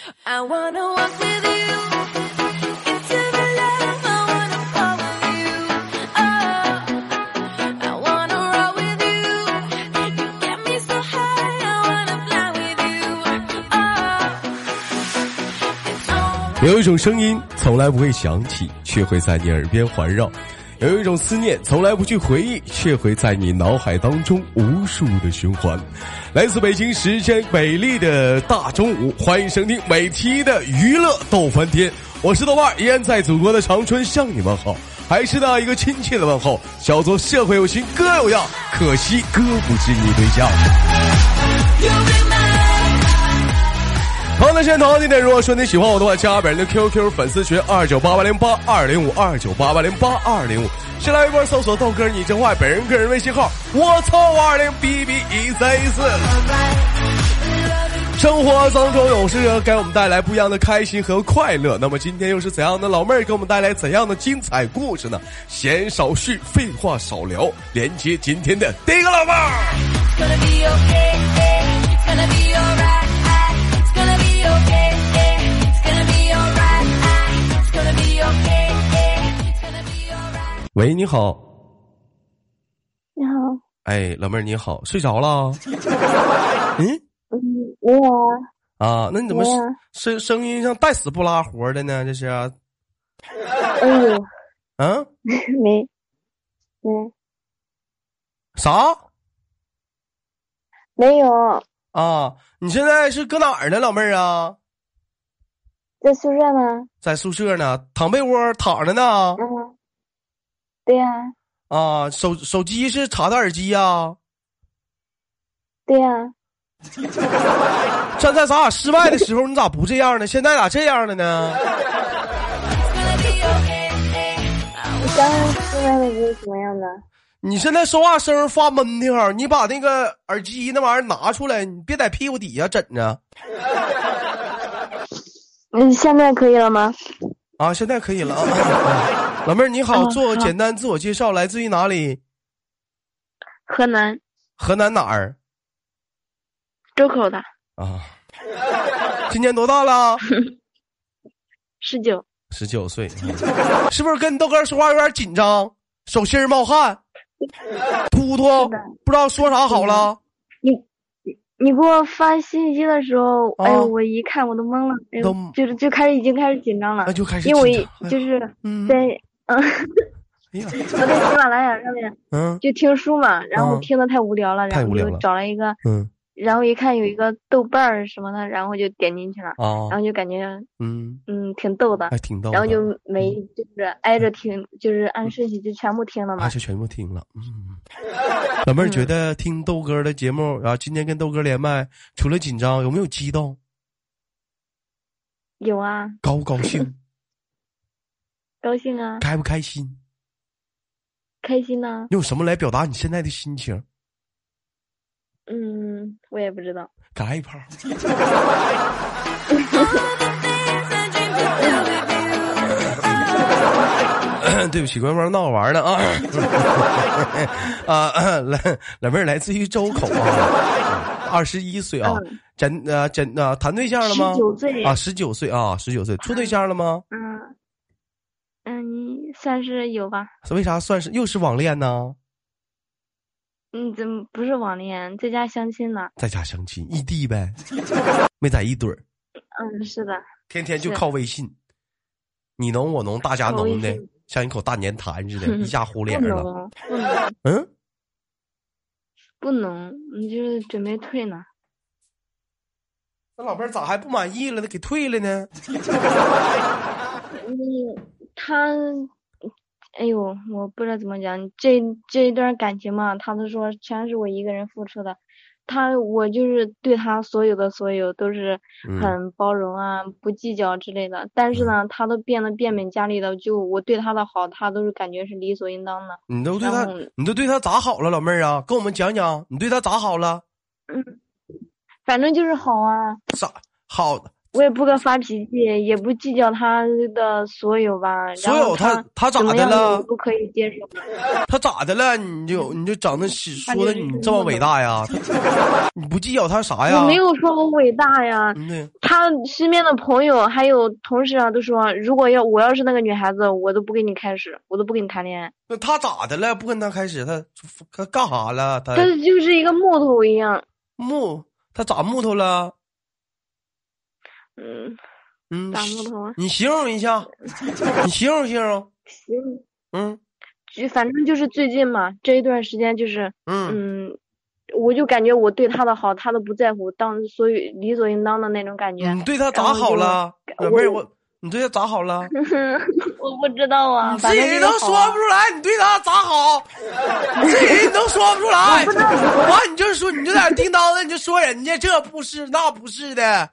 I wanna walk with you into the love. I wanna fall with you. Oh, I wanna roll with you. You get me so high. I wanna fly with you. Oh, it's on. 有一种声音从来不会响起，却会在你耳边环绕；有一种思念从来不去回忆，却会在你脑海当中无数的循环。来自北京时间美丽的大中午，欢迎收听每期的娱乐逗翻天，我是豆瓣，依然在祖国的长春向你们好，还是那一个亲切的问候，叫做社会有情哥有样，可惜哥不是你对象。好的，现在同样地点，如果说你喜欢我的话，加本人的 QQ 粉丝群298808205，298808205，先来一波搜索豆哥你真坏，本人个人微信号我操50BB134。生活当中有时给我们带来不一样的开心和快乐，那么今天又是怎样的老妹儿给我们带来怎样的精彩故事呢？闲少叙，废话少聊，连接今天的第一个老妹儿。喂，你好。 你好。 哎，老妹儿你好，睡着了？ 没有啊。 啊，那你怎么声音像带死不拉活的呢？这是啊？ 哎呦， 啊？ 没啥？ 没有啊？你现在是搁哪儿呢，老妹儿啊？ 在宿舍呢。 在宿舍呢，躺被窝躺着呢。 嗯，对呀。 啊，手机是插的耳机呀？ 对呀。 站在咱俩室外的时候，你咋不这样呢？现在咋这样了呢？ 你刚刚室外的是什么样的？ 你现在说话声发闷的，你把那个耳机那玩意儿拿出来，你别在屁股底下枕着。 现在可以了吗？ 啊，现在可以了啊。老妹儿你好，做个简单自我介绍，来自于哪里？ 河南。 河南哪儿？ 周口的。 啊。今年多大了 ？19。 19岁。是不是跟豆哥说话有点紧张，手心冒汗，突突，不知道说啥好了？ 你给我发信息的时候，哎呦，我一看我都懵了，哎呦，已经开始紧张了， 就开始因为我就是在哎呀，我在喜马拉雅上面就听书嘛，然后听得太无聊了，然后就找了一个然后一看有一个豆瓣儿什么的，然后就点进去了，然后就感觉挺逗的， 还挺逗的， 然后就是挨着听，就是按顺序就全部听了嘛， 就全部听了。老妹儿觉得听豆哥的节目，然后今天跟豆哥连麦，除了紧张，有没有激动？ 有啊。 高不高兴？ 高兴啊。 开不开心？ 开心啊。 用什么来表达你现在的心情？ 我也不知道。 嘎一炮。对不起，官方闹玩的啊。老妹儿来自于周口啊，21岁啊，谈对象了吗 ？19岁啊，19岁啊，19岁，处对象了吗？ 算是有吧。 为啥算是？又是网恋呢？ 怎么不是网恋？在家相亲呢。 在家相亲，异地呗，没在一堆儿。 是的。 天天就靠微信，你侬我侬，大家侬的，像一口大粘痰似的，一下糊脸了。 不能，你就是准备退呢。 那老妹儿咋还不满意了呢？给退了呢？ 哎呦，我不知道怎么讲，这一段感情嘛，他都说全是我一个人付出的，我就是对他所有都是很包容啊，不计较之类的，但是呢，他都变得变本加厉的，就我对他的好，他都是感觉是理所应当的。 你都对他咋好了，老妹儿啊？跟我们讲讲，你对他咋好了？ 反正就是好啊。 好我也不跟发脾气，也不计较他的所有吧。 所有他咋怎么样的了我？都可以接受。 他咋的了？你就整的说的你这么伟大呀？你不计较他啥呀？ 我没有说我伟大呀。 对， 他身边的朋友还有同事啊，都说如果我要是那个女孩子，我都不跟你开始，我都不跟你谈恋爱。 那他咋的了？不跟他开始，他干啥了？他就是一个木头一样。 他咋木头了？ 打木头啊？ 你形容一下，你形容。 行。反正就是最近嘛，这一段时间就是我就感觉我对他的好，他都不在乎，所以理所应当的那种感觉。 你对他咋好了？不是我，你对他咋好了？ 我不知道啊， 你自己都说不出来，你对他咋好？你自己都说不出来。完，你就说你就在那叮当的，你就说人家这不是那不是的，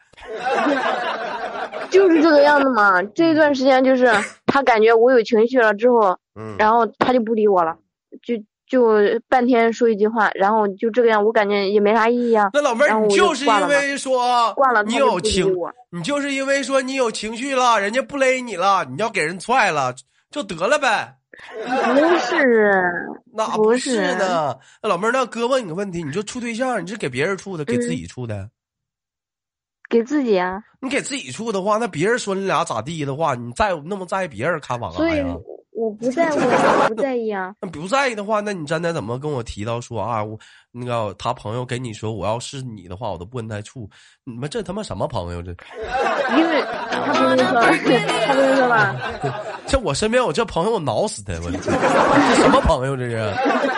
就是这个样子嘛。这一段时间就是他感觉我有情绪了之后，然后他就不理我了，就半天说一句话，然后就这个样，我感觉也没啥意义啊。 那老妹儿，你就是因为说挂了你有情，你就是因为说你有情绪了，人家不勒你了，你要给人踹了，就得了呗。 不是， 那不是呢。那老妹儿，那哥问你个问题，你就处对象，你是给别人处的，给自己处的？ 给自己啊。 你给自己处的话，那别人说你俩咋地的话，你那么在意别人看法干啥呀？ 我不在乎，我不在意啊。 那不在意的话，那你刚才怎么跟我提到说啊？我那个他朋友跟你说，我要是你的话，我都不跟他处。你们这他妈什么朋友这？ 因为他不是说吧？ 这我身边有这朋友，我挠死他！我这什么朋友这是？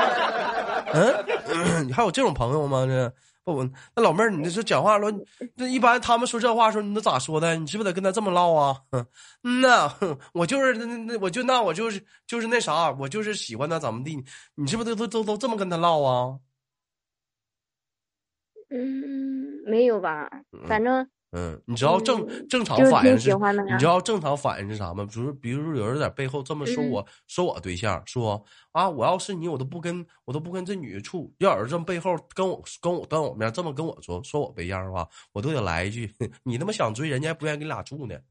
你还有这种朋友吗？这不，那老妹儿，你这讲话说，这一般他们说这话说，你都咋说的？你是不是得跟他这么唠啊？我就是那啥，我就是喜欢他怎么地？你是不是都这么跟他唠啊？ 没有吧，反正。 你知道正常反应是？你知道正常反应是啥吗？比如说有人在背后这么说我对象，说啊，我要是你，我都不跟这女的处。要有人这么背后跟我面这么跟我说我对象的话，我都得来一句：你他妈想追人家，还不愿意跟你俩处呢。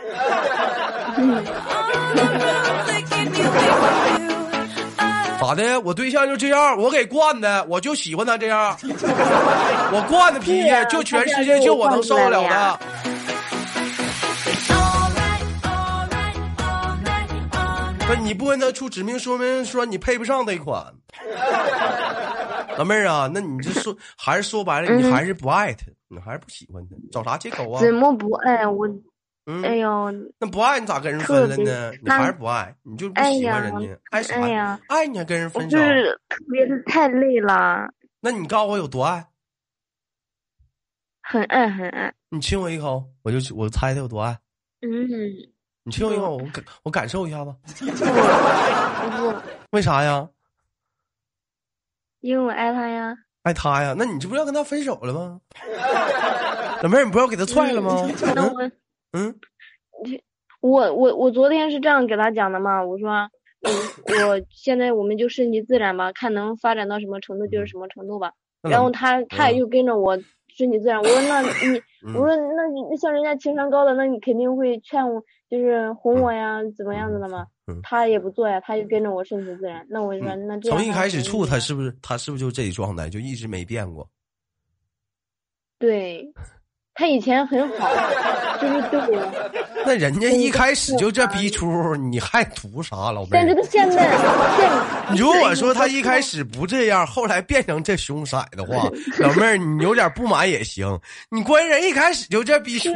咋的？我对象就这样，我给惯的，我就喜欢他这样，我惯的脾气，就全世界就我能受得了的。不，你不跟他处，指明说明说你配不上那款。老妹儿啊，那你就说，还是说白了，你还是不爱他，你还是不喜欢他，找啥借口啊？ 怎么不爱我？哎呦， 那不爱你咋跟人分了呢？你还是不爱，你就不喜欢人家，爱啥呀？爱你还跟人分手？ 就是特别是太累了。 那你告诉我有多爱？ 很爱很爱。 你亲我一口，我猜他有多爱。你亲我一口，我感受一下吧。 不。 为啥呀？ 因为我爱他呀。 爱他呀？那你这不要跟他分手了吗？老妹儿，你不要给他踹了吗？ 我昨天是这样给他讲的嘛，我说，我现在我们就顺其自然吧，看能发展到什么程度就是什么程度吧。然后他也就跟着我顺其自然。我说那你像人家情商高的，那你肯定会劝我，就是哄我呀，怎么样子的嘛。他也不做呀，他就跟着我顺其自然。那我就说那这样。 从一开始处他是不是就这状态，就一直没变过？ 对。他以前很好，就是对我。 那人家一开始就这逼出，你还图啥，老妹儿？ 但是他现在， 如果说他一开始不这样，后来变成这凶色的话，老妹儿你有点不满也行。你关键人一开始就这逼出，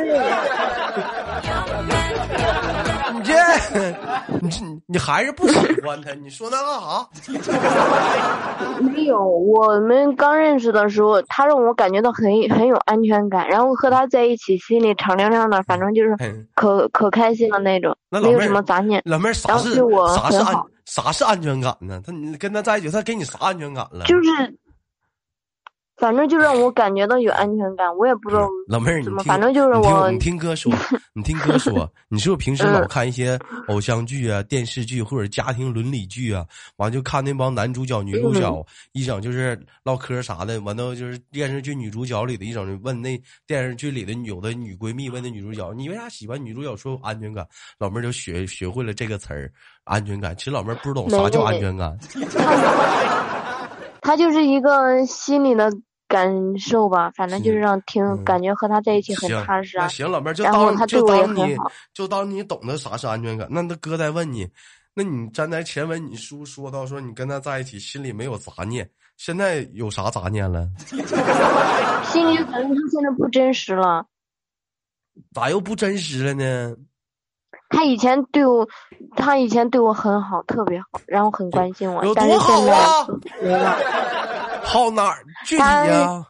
你还是不喜欢他？你说那干啥？ 没有，我们刚认识的时候，他让我感觉到很有安全感，然后和他在一起，心里敞亮亮的，反正就是可开心的那种，没有什么杂念。 老妹儿，啥是安全感呢？你跟他在一起，他给你啥安全感了？ 就是反正就让我感觉到有安全感，我也不知道老妹儿， 怎么，反正就是你听哥说，你听哥说，你是不是平时老看一些偶像剧啊、电视剧或者家庭伦理剧啊？完就看那帮男主角、女主角一整就是唠嗑啥的，完到就是电视剧女主角里的一整问那电视剧里的有的女闺蜜问那女主角，你为啥喜欢女主角说安全感？老妹儿就学会了这个词儿，安全感。其实老妹儿不知道啥叫安全感。 他就是一个心里的感受吧，反正就是让感觉和他在一起很踏实啊。 行，老妹儿然后他对我也很好， 就当你懂得啥是安全感。那哥再问你，那你站在前文你书说到说你跟他在一起心里没有杂念，现在有啥杂念了？ 心里感觉他现在不真实了。 咋又不真实了呢？ 他以前对我很好，特别好，然后很关心我， 有多好啊？ 没了。 好哪儿？具体呀？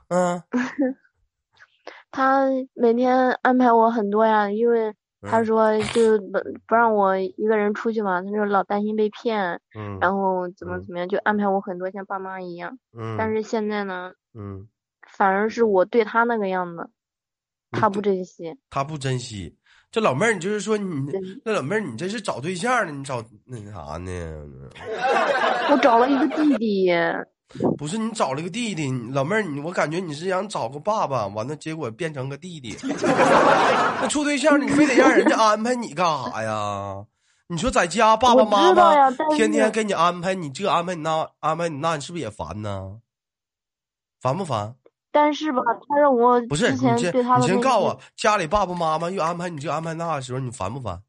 他每天安排我很多呀，因为他说就不让我一个人出去嘛，他就老担心被骗，然后怎么样，就安排我很多像爸妈一样。但是现在呢，反而是我对他那个样子，他不珍惜。 他不珍惜。这老妹儿，你就是说那老妹儿，你这是找对象呢？你找那啥呢？ 我找了一个弟弟。 不是你找了个弟弟，老妹儿，我感觉你是想找个爸爸，完了结果变成个弟弟。那处对象你非得让人家安排你干啥呀？你说在家爸爸妈妈天天给你安排你这安排你那安排你那，你是不是也烦呢？烦不烦？ 但是吧，他让我不是之前对他的你先告诉我，家里爸爸妈妈又安排你这安排那的时候，你烦不烦？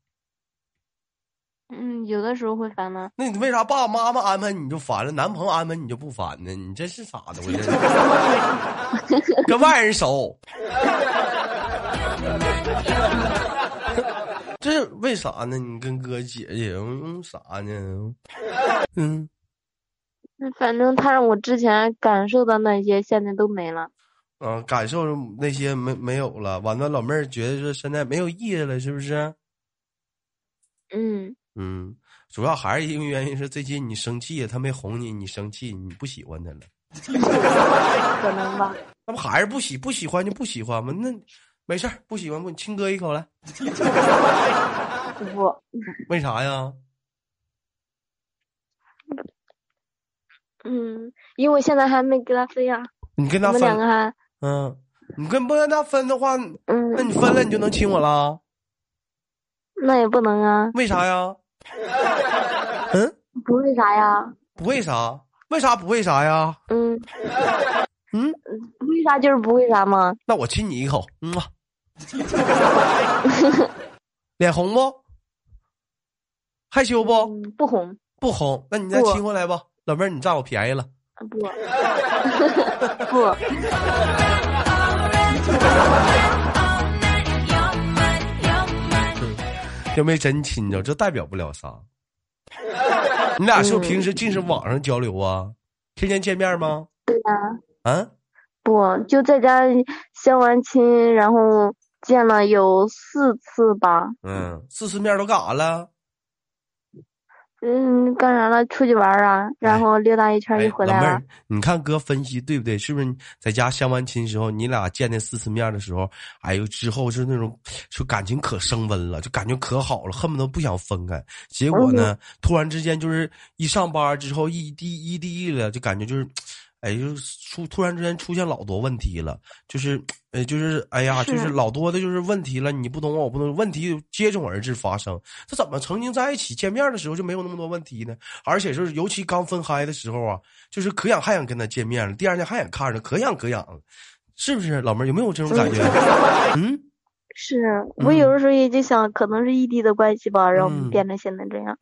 有的时候会烦呢。 那你为啥爸爸妈妈安排你就烦了，男朋友安排你就不烦呢？你这是咋的回事？跟外人熟，这是为啥呢？你跟哥姐姐啥呢？ 反正他让我之前感受的那些，现在都没了。 感受那些没有了，完了老妹儿觉得说现在没有意思了，是不是？主要还是因为原因是最近你生气，他没哄你，你生气，你不喜欢他了。 可能吧。 那不还是不喜欢就不喜欢吗？那没事儿，不喜欢不，你亲哥一口来。 不。 为啥呀？ 因为我现在还没跟他分呀。 你跟他分， 我们两个还你不跟他分的话，那你分了你就能亲我了？ 那也不能啊。 为啥呀？ 不为啥呀？ 不为啥？为啥不为啥呀？ 不为啥就是不为啥吗？ 那我亲你一口，脸红不？害羞不？ 不红。 不红，那你再亲回来吧，老妹儿，你占我便宜了。 不。不。 又没真亲着，这代表不了啥。你俩是不是平时净是网上交流啊？天天见面吗？ 对呀。不，就在家相完亲，然后见了有4次吧。 4次面都干啥了？ 干啥了？出去玩啊，然后溜达一圈就回来了。 老妹儿，你看哥分析对不对？是不是在家相完亲时候，你俩见那4次面的时候，哎呦，之后是那种说感情可升温了，就感觉可好了，恨不得不想分开。结果呢，突然之间就是一上班之后异地了，就感觉就是，哎，就是突然之间出现老多问题了，就是哎呀，就是老多的就是问题了，你不懂我不懂，问题接踵而至发生。这怎么曾经在一起见面的时候就没有那么多问题呢？而且就是尤其刚分开的时候啊，就是可想还想跟他见面了，第二天还想看着，可痒，是不是？老妹儿有没有这种感觉？ 是我有的时候也就想，可能是异地的关系吧，让我们变成现在这样。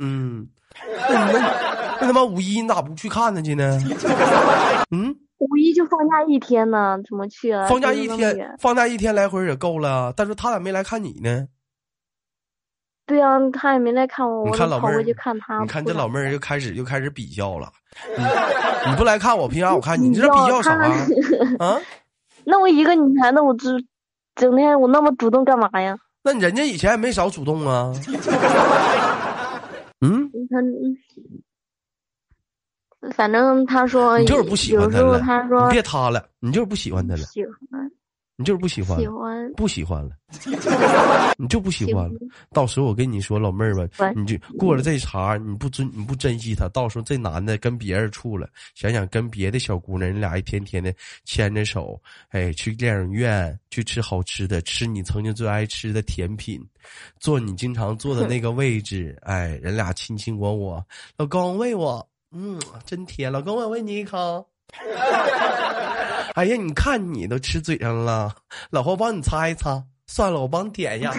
那他妈5一你咋不去看他去呢 ？5一就放假1天呢，怎么去啊？ 放假一天来回也够了，但是他咋没来看你呢？ 对啊，他也没来看我， 你看老妹儿， 我跑过去看他。 你看这老妹儿又开始比较了。你不来看我，凭啥我看你？你这比较啥啊？ 那我一个女孩子，我整天我那么主动干嘛呀？ 那人家以前也没少主动啊。 反正他说你就是不喜欢有时候他了， 他说你别他了，你就是不喜欢他了， 喜欢你就是不喜欢了， 喜欢不喜欢了，你就不喜欢了。到时候我跟你说，老妹儿吧，你就过了这茬，你不珍惜他，到时候这男的跟别人处了，想想跟别的小姑娘，你俩一天天的牵着手，哎，去电影院去吃好吃的，吃你曾经最爱吃的甜品，坐你经常坐的那个位置，哎，人俩亲亲我我，老公喂我，真甜，老公我喂你一口。哎呀，你看你都吃嘴上了，老婆帮你擦一擦，算了，我帮你点一下。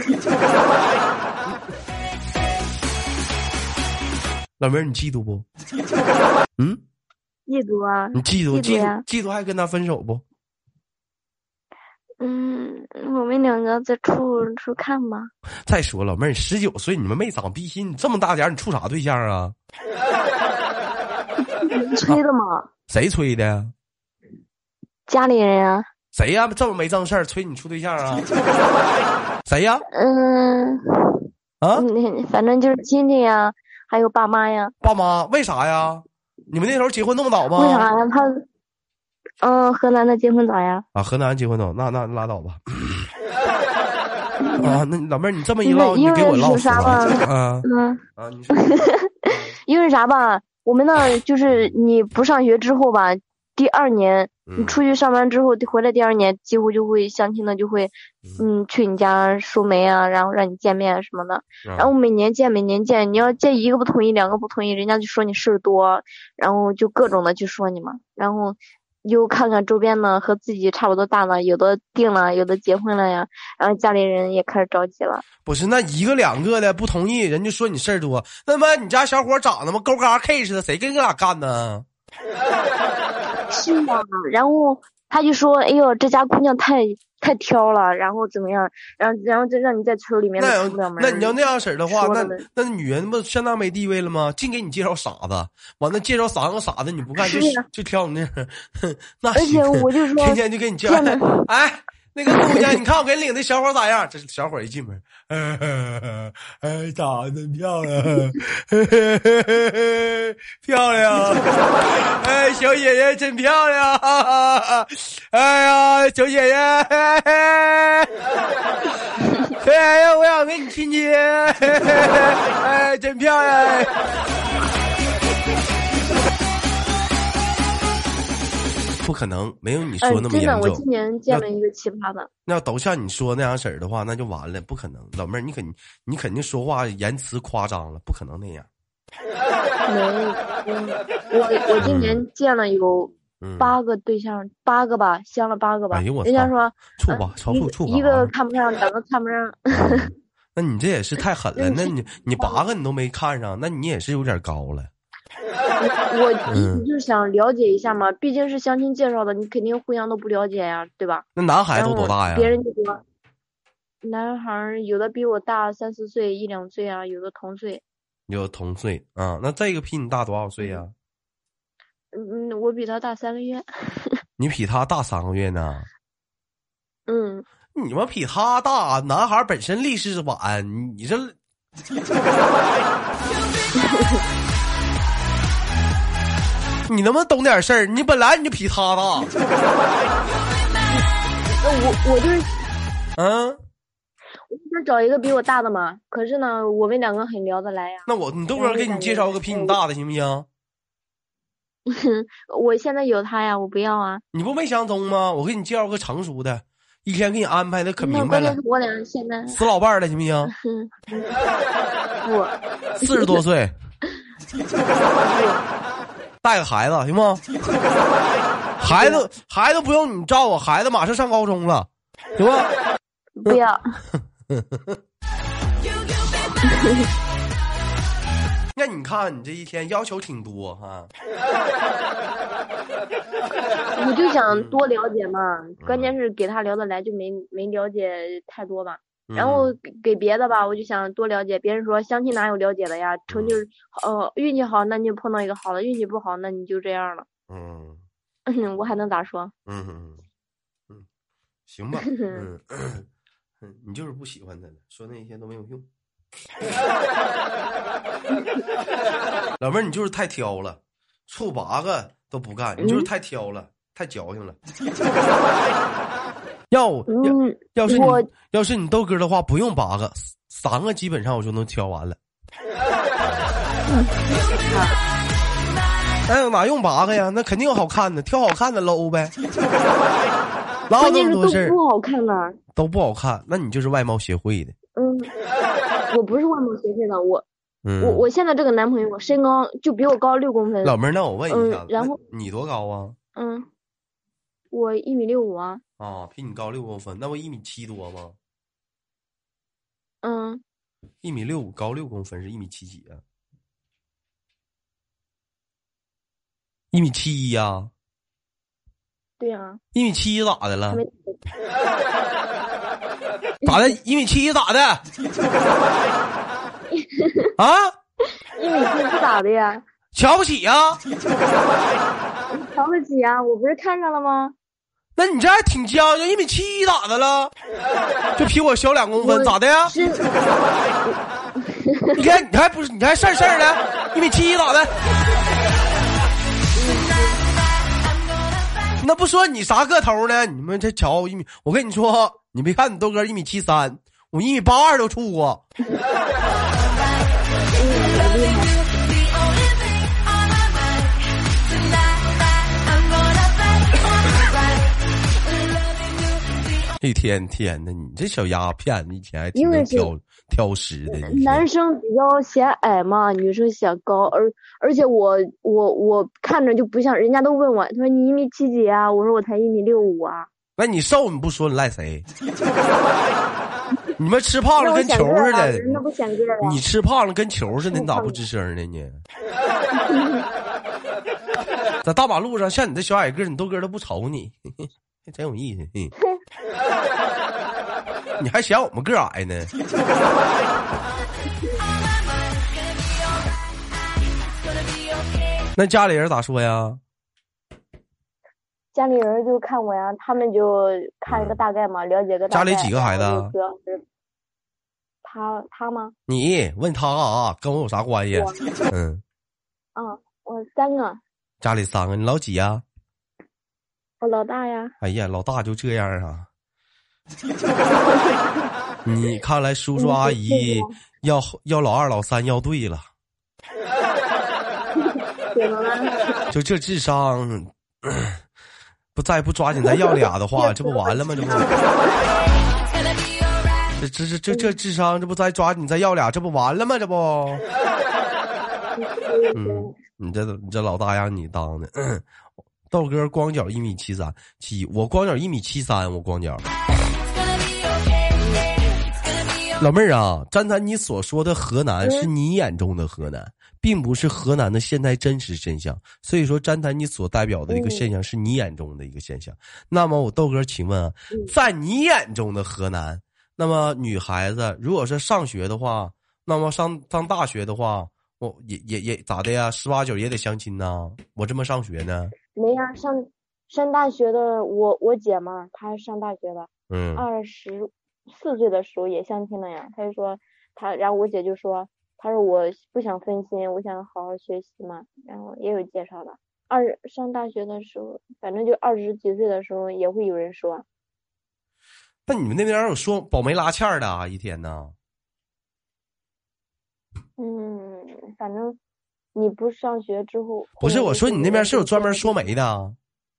老妹儿，你嫉妒不？ 嫉妒啊！ 你嫉妒呀！ 嫉妒还跟他分手不？ 我们两个再处看吧。 再说，老妹儿19岁，你们没长逼心，你这么大点，你处啥对象啊？ 吹的吗？ 谁吹的？ 家里人啊。 谁呀？这么没正事儿，催你处对象啊？谁呀？ 反正就是亲戚呀，还有爸妈呀。 爸妈？为啥呀？你们那时候结婚那么早吗？ 为啥呀？河南的结婚早呀。 啊，河南结婚早，那拉倒吧。啊，那老妹儿，你这么一唠，你给我唠死了。你说。 因为啥吧？我们那就是你不上学之后吧，第2年你出去上班之后回来，第2年几乎就会相亲的就会去你家收媒啊，然后让你见面什么的。然后每年见，你要见1个不同意2个不同意，人家就说你事儿多，然后就各种的去说你嘛。然后又看看周边的和自己差不多大的，有的定了，有的结婚了呀，然后家里人也开始着急了。 不是那1个2个的不同意，人就说你事儿多。那么你家小伙长得吗？勾嘎 K 似的，谁跟你俩干呢？ 是吗？然后他就说：“哎呦，这家姑娘太挑了，然后怎么样？然后就让你在村里面出不了门。” 那你要那样式儿的话，那女人不相当没地位了吗？净给你介绍傻子，完了介绍3个傻子，你不干就挑你那。那而且我就说， 天天就给你介绍。哎，那个姑娘，你看我给你领的小伙咋样？这小伙一进门，长得真漂亮，漂亮，哎，小姐姐真漂亮，哎呀，小姐姐，哎呀，我想跟你亲亲，哎，真漂亮。不可能，没有你说那么严重。真的， 我今年见了一个奇葩的。 那要都像你说那样式儿的话，那就完了，不可能。老妹儿，你肯定说话言辞夸张了，不可能那样。 我今年见了有8个对象，8个吧，相了8个吧。 哎呦我操！ 人家说处吧，处一个看不上，2个看不上。 那你这也是太狠了。那你8个你都没看上，那你也是有点高了。 我就是想了解一下嘛，毕竟是相亲介绍的，你肯定互相都不了解呀，对吧？ 那男孩都多大呀？ 别人就说，男孩有的比我大3、4岁，1、2岁啊，有的同岁。 有同岁啊？那这个比你大多少岁呀？ 我比他大3个月。 你比他大3个月呢？你们比他大，男孩本身历史晚，你这。你能不能懂点事儿？你本来你就比他大。 我就是我想找一个比我大的嘛。可是呢，我们2个很聊得来呀。 那你豆哥给你介绍个比你大的行不行？ 我现在有他呀，我不要啊。 你不没相中吗？我给你介绍个成熟的，一天给你安排的可明白了。 我俩现在死老伴儿的行不行？ 不 ，40多岁。带个孩子行吗？孩子不用你照顾，孩子马上上高中了，行吗？ 不要。 那你看你这一天要求挺多哈。 我就想多了解嘛，关键是给他聊得来，就没了解太多吧。然后给别的吧，我就想多了解。别人说相亲哪有了解的呀？成就运气好，那你就碰到一个好的；运气不好，那你就这样了。我还能咋说？ 行吧。你就是不喜欢他了，说那些都没有用。老妹儿，你就是太挑了， 处8个都不干，你就是太挑了，太矫情了。要是你豆哥的话，不用8个，3个基本上我就能挑完了。哎，哪用8个呀？那肯定有好看的，挑好看的搂呗。哪有那么多事儿？ 都不好看呢。 都不好看，那你就是外貌协会的。 我不是外貌协会的，我现在这个男朋友身高就比我高6公分。 老妹儿，那我问一下， 然后你多高啊？ 我1.65米啊。 啊，比你高6公分，那不1.7米多吗？1.65米高6公分是1.7米几啊？1.71米呀？ 对呀。 1.71米咋的了？咋的？1.71米咋的？啊 ？1.7米不咋的呀？ 瞧不起呀？ 瞧得起呀？我不是看上了吗？ 那你这还挺犟，1.71米咋的了？就比我小2公分，咋的呀？你看，你还事儿的，1.71米咋的？那不说你啥个头呢？你们这瞧1米，我跟你说，你没看你豆哥1.73米，我1.82米都处过。一天天的，你这小鸦片，以前还挺能挑食的。 男生比较显矮嘛，女生显高，而且我看着就不像，人家都问我，他说你1.7米几啊？我说我才1.65米啊。 那你瘦你不说，你赖谁？你们吃胖了跟球似的， 那不显个儿啊？ 你吃胖了跟球似的，你咋不吱声呢？你在大马路上像你这小矮个，你豆哥都不瞅你，真有意思。你还嫌我们个矮呢？那家里人咋说呀？ 家里人就看我呀，他们就看一个大概嘛，了解个大概。 家里几个孩子？ 他吗？ 你问他啊，跟我有啥关系？ 我3个。 家里3个，你老几呀？ 我老大呀。 哎呀，老大就这样啊。你看来叔叔阿姨要老2老3要对了。就这智商，再不抓紧再要俩的话，这不完了吗？这不，这智商，这不再抓紧再要俩，这不完了吗？这不，你这老大让你当的，豆哥光脚1.73米，我光脚1.73米，我光脚。老妹儿啊，詹谈你所说的河南是你眼中的河南，并不是河南的现在真实现象，所以说詹谈你所代表的一个现象是你眼中的一个现象。那么我豆哥请问啊，在你眼中的河南，那么女孩子如果是上学的话，那么上大学的话，我也咋的呀？18、19也得相亲呢？我这么上学呢？ 没呀，上大学的我姐嘛，她上大学的，24岁的时候也相亲了呀。她就说然后我姐就说，她说我不想分心，我想好好学习嘛。然后也有介绍的。上大学的时候，反正就20几岁的时候也会有人说。 那你们那边有说保媒拉纤的啊？一天呢？ 反正你不上学之后， 不是我说你那边是有专门说媒的啊？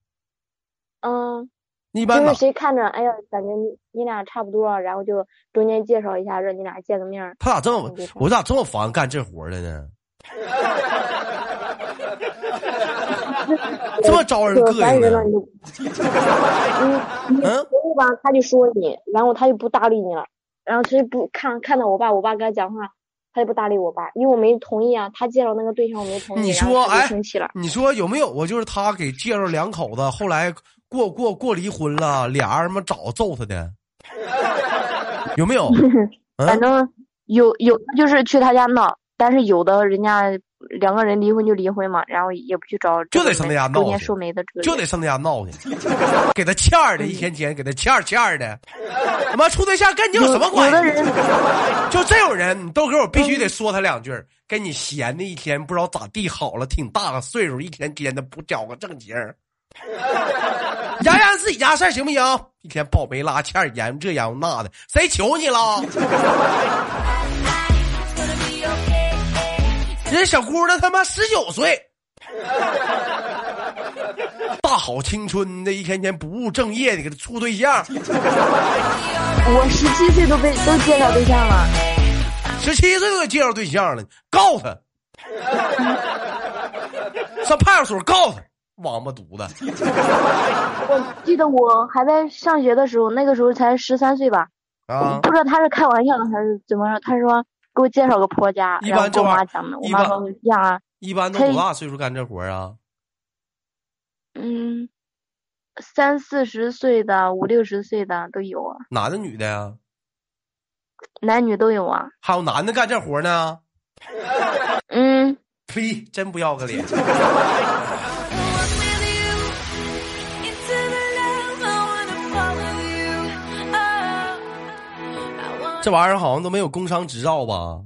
一般就是谁看着，哎呀，感觉你俩差不多，然后就中间介绍一下，让你俩见个面。 他咋这么，我咋这么烦干这活的呢？这么招人膈应呢？ 吧，他就说你，然后他就不搭理你了，然后他就不看到我爸跟他讲话，他就不搭理我爸，因为我没同意啊，他介绍那个对象我没同意。 你说哎， 生气了。你说有没有啊？就是他给介绍2口子，后来过离婚了，俩人找揍他的，有没有？ 反正有的就是去他家闹，但是有的人家两个人离婚就离婚嘛，然后也不去找就得上那家闹中年受媒的这个， 就得上那家闹去，给他欠儿的，一天天给他欠儿的，他妈处对象跟你有什么关系？ 有的人就这种人，豆哥我必须得说他两句，跟你闲的一天不知道咋地好了，挺大个岁数，一天天的不找个正经，养自己家事儿行不行？一天保媒拉欠儿，研究这研究那的，谁求你了？人小姑娘他妈19岁，大好青春的，一天天不务正业的给他处对象。 我17岁都介绍对象了 ，17岁都给介绍对象了，告他，上派出所告他，王八犊子。 我记得我还在上学的时候，那个时候才13岁吧，不知道他是开玩笑的还是怎么着，他说给我介绍个婆家， 一般跟我妈讲的，我妈说样啊。 一般都多大岁数干这活啊 ？30、40岁的，50、60岁的都有啊。 男的女的呀？ 男女都有啊。 还有男的干这活呢？呸！真不要个脸。这玩意儿好像都没有工商执照吧？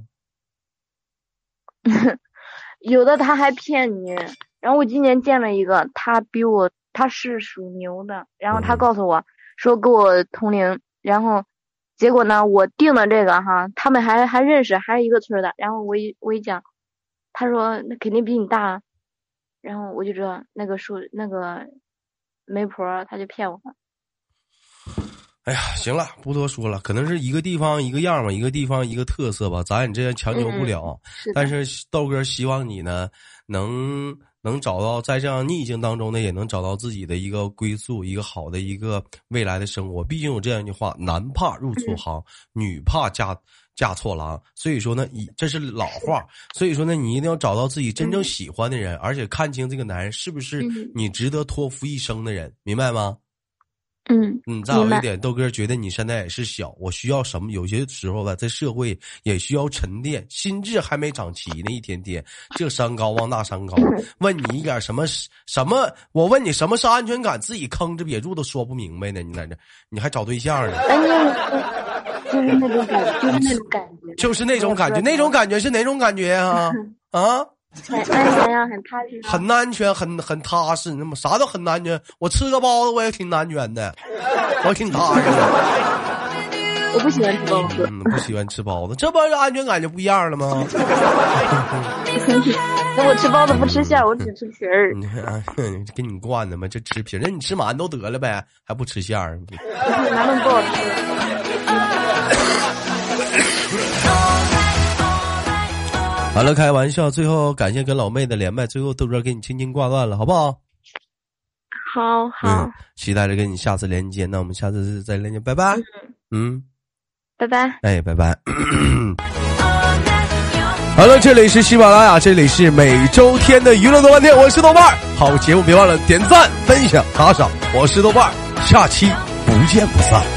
有的他还骗你。然后我今年见了一个，他是属牛的，然后他告诉我说跟我同龄，然后结果呢我定的这个哈，他们还认识，还是一个村的。然后我一讲，他说那肯定比你大，然后我就知道那个媒婆他就骗我了。 哎呀，行了，不多说了，可能是一个地方一个样吧，一个地方一个特色吧，咱也这样强求不了。但是豆哥希望你呢，能找到在这样逆境当中呢，也能找到自己的一个归宿，一个好的一个未来的生活。毕竟有这样一句话，男怕入错行，女怕嫁错郎。所以说呢，这是老话。所以说呢，你一定要找到自己真正喜欢的人，而且看清这个男人是不是你值得托付一生的人，明白吗？再有一点，豆哥觉得你现在也是小，我需要什么？有些时候吧，在社会也需要沉淀，心智还没长齐呢，一天天这山高望那山高。问你一点什么？我问你什么是安全感，自己吭哧瘪住都说不明白呢。你在这，你还找对象呢？ 就是那种感觉， 就是那种感觉，那种感觉是哪种感觉啊？啊？ 很安全呀，很踏实， 很安全，很踏实。那么啥都很安全，我吃个包子我也挺安全的，我挺踏实的。 我不喜欢吃包子， 不喜欢吃包子，这不安全感就不一样了吗？ 那我吃包子不吃馅，我只吃皮儿。 给你惯的吗？这吃皮儿，那你吃馒头得了呗，还不吃馅儿？ 馒头不好吃。 好了，开玩笑，最后感谢跟老妹的连麦，最后豆哥给你轻轻挂断了，好不好？ 好， 期待着跟你下次连接，那我们下次再连接，拜拜。 拜拜。 哎，拜拜。好了，这里是喜马拉雅，这里是每周天的娱乐豆瓣天，我是豆瓣。好节目别忘了点赞、分享、打赏，我是豆瓣，下期不见不散。